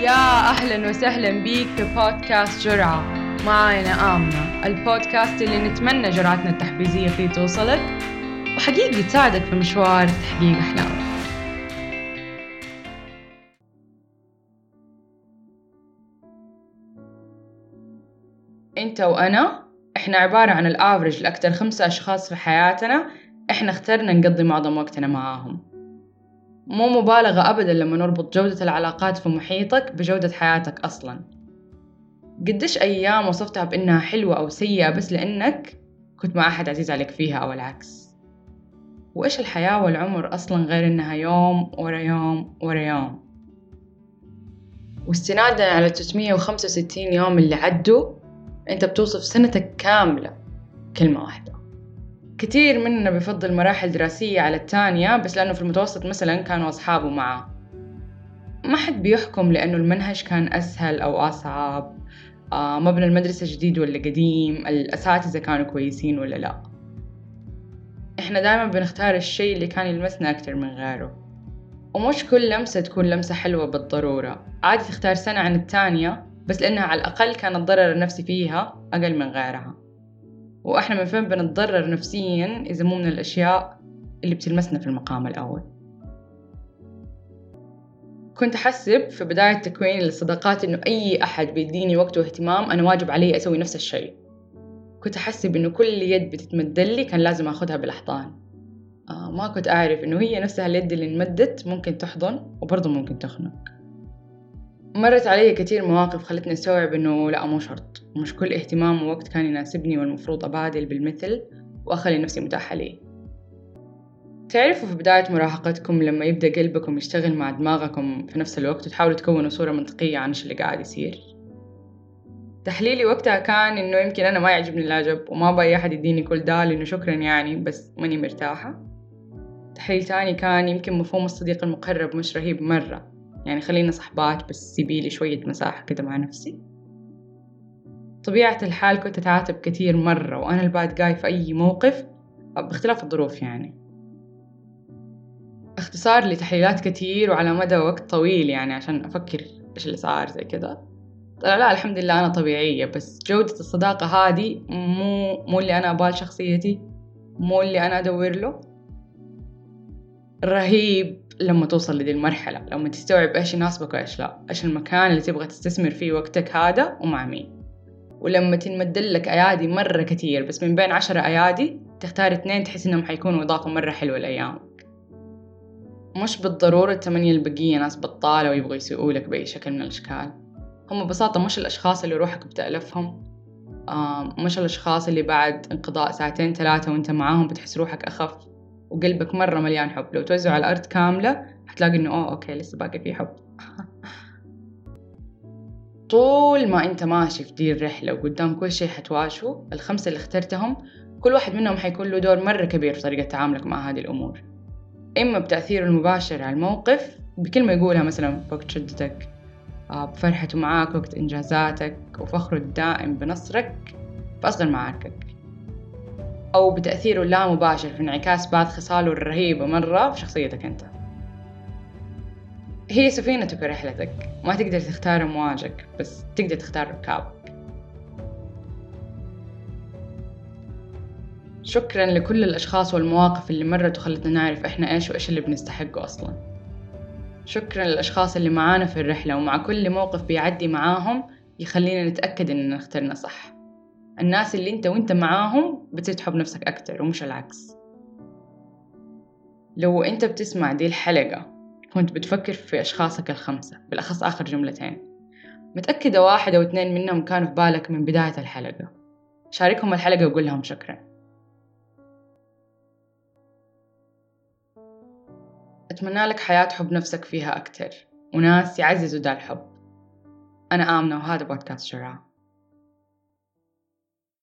يا أهلا وسهلا بيك في بودكاست جرعة. معاي أنا آمنة، البودكاست اللي نتمنى جرعتنا التحفيزية فيه توصلك وحقيقي تساعدك في مشوار تحقيق أحلامك. أنت وأنا إحنا عبارة عن الأفرج لأكثر 5 أشخاص في حياتنا إحنا اخترنا نقضي معظم وقتنا معاهم. مو مبالغة أبدا لما نربط جودة العلاقات في محيطك بجودة حياتك أصلا. قديش أيام وصفتها بأنها حلوة أو سيئة بس لأنك كنت مع أحد عزيز عليك فيها أو العكس. وإيش الحياة والعمر أصلا غير إنها يوم ورا يوم ورا يوم. واستنادا على 365 يوم اللي عدوا أنت بتوصف سنتك كاملة كلمة واحدة. كتير مننا بيفضل مراحل دراسية على التانية بس لأنه في المتوسط مثلا كانوا أصحابه معه. ما حد بيحكم لأنه المنهج كان أسهل أو أصعب، مبنى المدرسة جديد ولا قديم، الأساتذة كانوا كويسين ولا لا. إحنا دائما بنختار الشيء اللي كان يلمسنا أكتر من غيره. ومش كل لمسة تكون لمسة حلوة بالضرورة، عادي تختار سنة عن التانية بس لأنها على الأقل كان الضرر النفسي فيها أقل من غيرها. وإحنا من فين بنتضرر نفسيا إذا مو من الأشياء اللي بتلمسنا في المقام الأول. كنت أحسب في بداية تكوين الصداقات إنه أي أحد بيديني وقت واهتمام أنا واجب علي أسوي نفس الشيء. كنت أحسب إنه كل يد بتتمدلي كان لازم أخذها بالأحضان. ما كنت أعرف إنه هي نفسها اليد اللي انمدت ممكن تحضن وبرضه ممكن تخنق. مرت علي كتير مواقف خلتني أستوعب إنه لا، مو شرط، مش كل اهتمام ووقت كان يناسبني والمفروض أبادل بالمثل وأخلي نفسي متاحة لي. تعرفوا في بداية مراهقتكم لما يبدأ قلبكم يشتغل مع دماغكم في نفس الوقت وتحاولوا تكونوا صورة منطقية عن إيش اللي قاعد يصير؟ تحليلي وقتها كان إنه يمكن أنا ما يعجبني العجب وما بأي أحد يديني كل ده لأنه شكرا يعني بس ماني مرتاحة. تحليل تاني كان يمكن مفهوم الصديق المقرب مش رهيب مرة، يعني خلينا صحبات بس سيبيلي شوية مساحة كده مع نفسي. طبيعة الحال كنت أتعاتب كتير مرة وأنا الباد جاي في أي موقف باختلاف الظروف. يعني اختصار لتحليلات كتير وعلى مدى وقت طويل يعني عشان أفكر إيش اللي صار زي كده. طلع لا، الحمد لله أنا طبيعية، بس جودة الصداقة هذه مو اللي أنا أبال شخصيتي، مو اللي أنا أدور له. رهيب لما توصل لدي المرحلة، لما تستوعب إيش يناسبك وإيش لا، إيش المكان اللي تبغى تستثمر فيه وقتك هذا ومع مين. ولما تنمدلك أيادي مرة كتير بس من بين 10 أيادي تختار 2 تحس إنهم حيكونوا إضافة مرة حلوة لأيامك. مش بالضرورة 8 البقية ناس بطالة ويبغوا يسوقوا لك بأي شكل من الأشكال. هم ببساطة مش الأشخاص اللي روحك بتألفهم، مش الأشخاص اللي بعد انقضاء 2 3 وانت معاهم بتحس روحك أخف وقلبك مرة مليان حب. لو توزعوا على الأرض كاملة هتلاقي إنه أوكي لسه باقي فيه حب. طول ما أنت ماشي في دي الرحلة وقدام كل شيء حتواجهه، ال5 اللي اخترتهم كل واحد منهم حيكون له دور مرة كبير في طريقة تعاملك مع هذه الأمور. إما بتأثيره المباشر على الموقف بكلمة يقولها مثلا وقت شدتك، بفرحته معاك وقت إنجازاتك وفخره الدائم بنصرك في أصغر معاركك، أو بتأثيره اللامباشر في انعكاس بعض خصاله الرهيبة مرة في شخصيتك أنت. هي سفينتك ورحلتك، ما تقدر تختار أمواجك بس تقدر تختار ركابك. شكرا لكل الأشخاص والمواقف اللي مرت وخلتنا نعرف إحنا إيش وإيش اللي بنستحقه أصلا. شكرا للأشخاص اللي معانا في الرحلة ومع كل موقف بيعدي معاهم يخلينا نتأكد إننا اخترنا صح. الناس اللي أنت وأنت معاهم بتصير تحب نفسك أكتر ومش العكس. لو أنت بتسمع دي الحلقة كنت بتفكر في أشخاصك ال5 بالأخص آخر جملتين، متأكدة 1 أو 2 منهم كانوا في بالك من بداية الحلقة. شاركهم الحلقة وقول لهم شكرا. أتمنى لك حياة حب نفسك فيها أكتر وناس يعززوا دا الحب. أنا آمنة وهذا بودكاست جرعة.